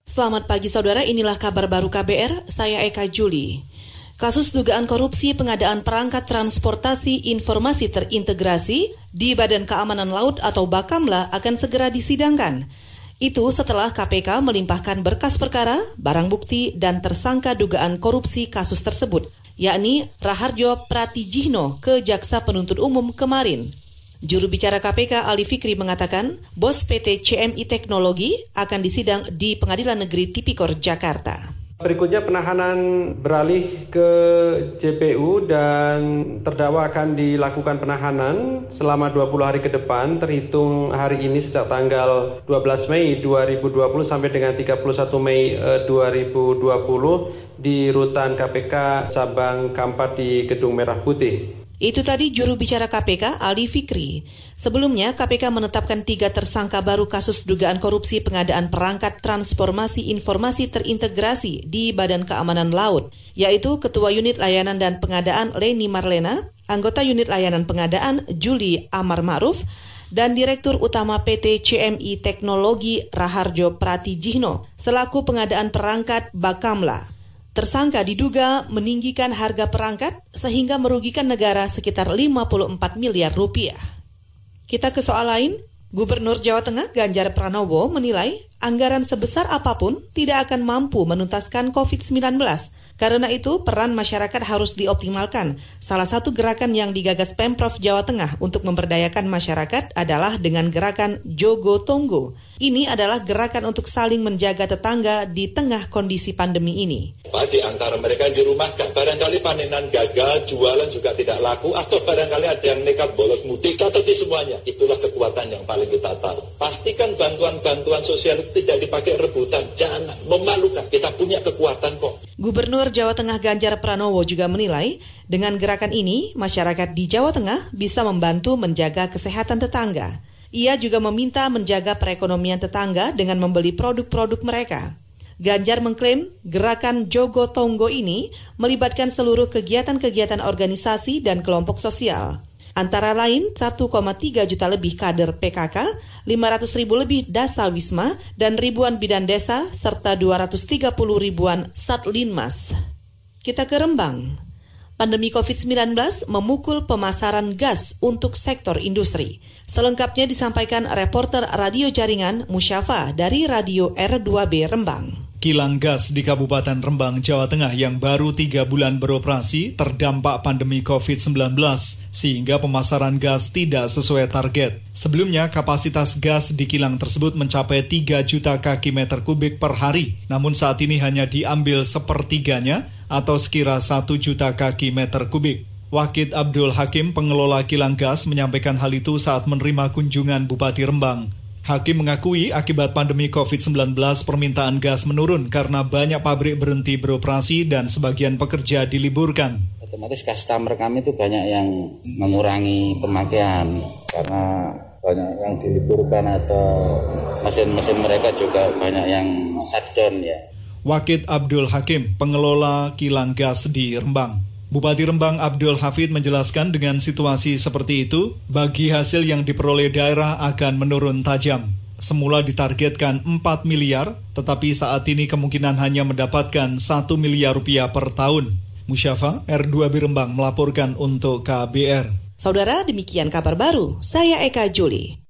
Selamat pagi saudara, inilah kabar baru KBR, saya Eka Juli. Kasus dugaan korupsi pengadaan perangkat transportasi informasi terintegrasi di Badan Keamanan Laut atau Bakamla akan segera disidangkan. Itu setelah KPK melimpahkan berkas perkara, barang bukti, dan tersangka dugaan korupsi kasus tersebut, yakni Raharjo Pratijihno ke Jaksa Penuntut Umum kemarin. Juru bicara KPK Ali Fikri mengatakan, bos PT CMI Teknologi akan disidang di Pengadilan Negeri Tipikor, Jakarta. Berikutnya penahanan beralih ke JPU dan terdakwa akan dilakukan penahanan selama 20 hari ke depan terhitung hari ini sejak tanggal 12 Mei 2020 sampai dengan 31 Mei 2020 di rutan KPK cabang Kampat di Gedung Merah Putih. Itu tadi juru bicara KPK Ali Fikri. Sebelumnya KPK menetapkan 3 tersangka baru kasus dugaan korupsi pengadaan perangkat transformasi informasi terintegrasi di Badan Keamanan Laut, yaitu Ketua Unit Layanan dan Pengadaan Leni Marlena, anggota Unit Layanan Pengadaan Juli Amar Ma'ruf, dan Direktur Utama PT CMI Teknologi Raharjo Pratijihno selaku pengadaan perangkat Bakamla. Tersangka diduga meninggikan harga perangkat sehingga merugikan negara sekitar 54 miliar rupiah. Kita ke soal lain, Gubernur Jawa Tengah Ganjar Pranowo menilai anggaran sebesar apapun tidak akan mampu menuntaskan COVID-19. Karena itu, peran masyarakat harus dioptimalkan. Salah satu gerakan yang digagas Pemprov Jawa Tengah untuk memberdayakan masyarakat adalah dengan gerakan Jogo Tonggo. Ini adalah gerakan untuk saling menjaga tetangga di tengah kondisi pandemi ini. Di antara mereka yang dirumahkan, barangkali panenan gagal, jualan juga tidak laku, atau barangkali ada yang nekat bolos mudik, catati semuanya. Itulah kekuatan yang paling kita tahu. Pastikan bantuan-bantuan sosial itu tidak dipakai rebutan, jangan, memalukan. Kita punya kekuatan kok. Gubernur Jawa Tengah Ganjar Pranowo juga menilai, dengan gerakan ini, masyarakat di Jawa Tengah bisa membantu menjaga kesehatan tetangga. Ia juga meminta menjaga perekonomian tetangga dengan membeli produk-produk mereka. Ganjar mengklaim gerakan Jogo Tonggo ini melibatkan seluruh kegiatan-kegiatan organisasi dan kelompok sosial. Antara lain 1,3 juta lebih kader PKK, 500 ribu lebih dasawisma, dan ribuan bidan desa, serta 230 ribuan satlinmas. Kita ke Rembang. Pandemi COVID-19 memukul pemasaran gas untuk sektor industri. Selengkapnya disampaikan reporter radio jaringan Musyafa dari Radio R2B Rembang. Kilang gas di Kabupaten Rembang, Jawa Tengah yang baru 3 bulan beroperasi terdampak pandemi COVID-19 sehingga pemasaran gas tidak sesuai target. Sebelumnya kapasitas gas di kilang tersebut mencapai 3 juta kaki meter kubik per hari, namun saat ini hanya diambil sepertiganya atau sekira 1 juta kaki meter kubik. Wakid Abdul Hakim, pengelola kilang gas, menyampaikan hal itu saat menerima kunjungan Bupati Rembang. Hakim mengakui akibat pandemi COVID-19 permintaan gas menurun karena banyak pabrik berhenti beroperasi dan sebagian pekerja diliburkan. Otomatis customer kami itu banyak yang mengurangi pemakaian karena banyak yang diliburkan atau mesin-mesin mereka juga banyak yang shutdown ya. Wakid Abdul Hakim, pengelola kilang gas di Rembang. Bupati Rembang Abdul Hafid menjelaskan dengan situasi seperti itu, bagi hasil yang diperoleh daerah akan menurun tajam. Semula ditargetkan 4 miliar, tetapi saat ini kemungkinan hanya mendapatkan 1 miliar rupiah per tahun. Musyafa, R2B Rembang melaporkan untuk KBR. Saudara, demikian kabar baru. Saya Eka Juli.